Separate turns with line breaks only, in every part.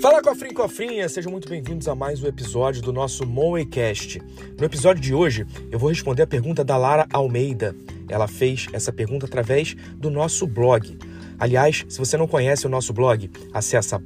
Fala, cofrinho e cofrinha! Sejam muito bem-vindos a mais um episódio do nosso Moecast. No episódio de hoje, eu vou responder a pergunta da Lara Almeida. Ela fez essa pergunta através do nosso blog. Aliás, se você não conhece o nosso blog, acessa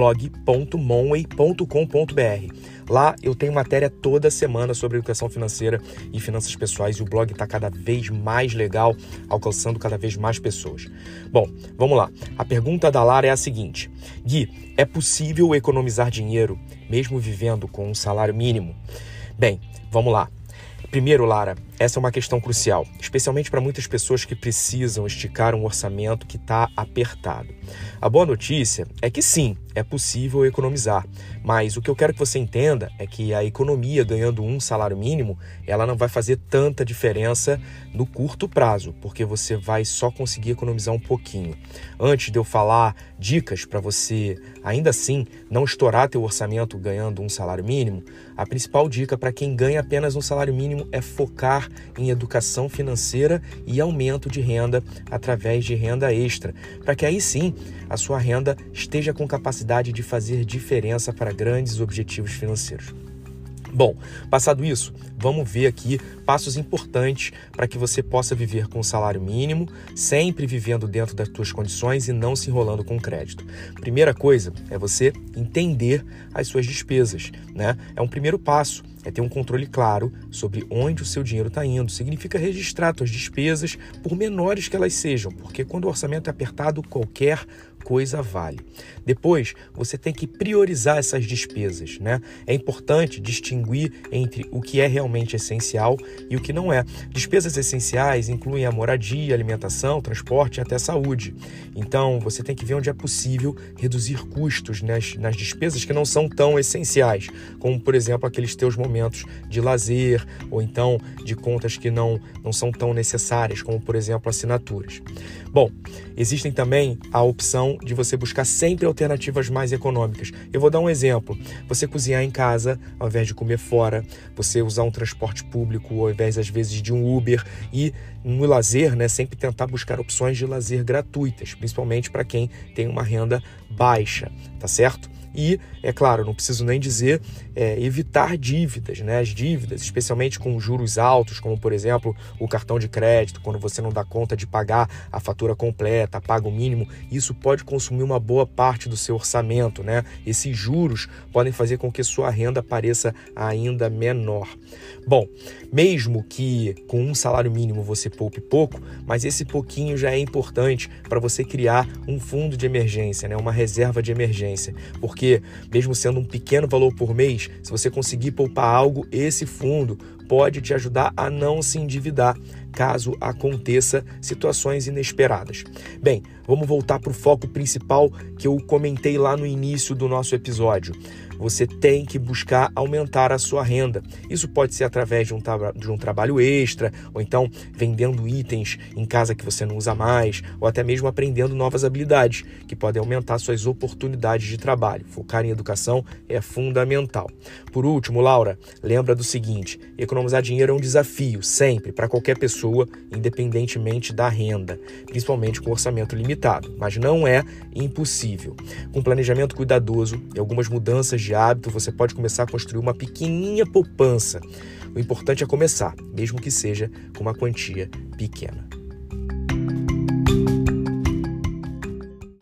blog.monway.com.br. Lá eu tenho matéria toda semana sobre educação financeira e finanças pessoais e o blog está cada vez mais legal, alcançando cada vez mais pessoas. Bom, vamos lá. A pergunta da Lara é a seguinte: Gui, é possível economizar dinheiro mesmo vivendo com um salário mínimo? Bem, vamos lá. Primeiro, Lara, essa é uma questão crucial, especialmente para muitas pessoas que precisam esticar um orçamento que está apertado. A boa notícia é que sim, é possível economizar, mas o que eu quero que você entenda é que a economia ganhando um salário mínimo, ela não vai fazer tanta diferença no curto prazo, porque você vai só conseguir economizar um pouquinho. Antes de eu falar dicas para você, ainda assim, não estourar teu orçamento ganhando um salário mínimo, a principal dica para quem ganha apenas um salário mínimo é focar em educação financeira e aumento de renda através de renda extra, para que aí sim a sua renda esteja com capacidade de fazer diferença para grandes objetivos financeiros. Bom, passado isso, vamos ver aqui passos importantes para que você possa viver com um salário mínimo, sempre vivendo dentro das suas condições e não se enrolando com crédito. Primeira coisa é você entender as suas despesas, né? É um primeiro passo. É ter um controle claro sobre onde o seu dinheiro está indo. Significa registrar suas despesas, por menores que elas sejam, porque quando o orçamento é apertado, qualquer coisa vale. Depois, você tem que priorizar essas despesas, né? É importante distinguir entre o que é realmente essencial e o que não é. Despesas essenciais incluem a moradia, alimentação, transporte e até saúde. Então, você tem que ver onde é possível reduzir custos nas despesas que não são tão essenciais, como, por exemplo, aqueles teus momentos de lazer ou então de contas que não são tão necessárias, como, por exemplo, assinaturas. Bom, existem também a opção de você buscar sempre alternativas mais econômicas. Eu vou dar um exemplo. Você cozinhar em casa ao invés de comer fora, você usar um transporte público ao invés, às vezes, de um Uber e no lazer, né, sempre tentar buscar opções de lazer gratuitas, principalmente para quem tem uma renda baixa, tá certo? E, é claro, não preciso nem dizer, evitar dívidas, né? As dívidas, especialmente com juros altos, como, por exemplo, o cartão de crédito, quando você não dá conta de pagar a fatura completa, paga o mínimo, isso pode consumir uma boa parte do seu orçamento, né? Esses juros podem fazer com que sua renda pareça ainda menor. Bom, mesmo que com um salário mínimo você poupe pouco, mas esse pouquinho já é importante para você criar um fundo de emergência, né? Uma reserva de emergência, porque mesmo sendo um pequeno valor por mês, se você conseguir poupar algo, esse fundo pode te ajudar a não se endividar, caso aconteça situações inesperadas. Bem, vamos voltar para o foco principal que eu comentei lá no início do nosso episódio. Você tem que buscar aumentar a sua renda. Isso pode ser através de um trabalho extra, ou então vendendo itens em casa que você não usa mais, ou até mesmo aprendendo novas habilidades, que podem aumentar suas oportunidades de trabalho. Focar em educação é fundamental. Por último, Laura, lembra do seguinte: economizar dinheiro é um desafio, sempre, para qualquer pessoa, independentemente da renda, principalmente com orçamento limitado, mas não é impossível. Com planejamento cuidadoso e algumas mudanças de hábito, você pode começar a construir uma pequenininha poupança. O importante é começar, mesmo que seja com uma quantia pequena.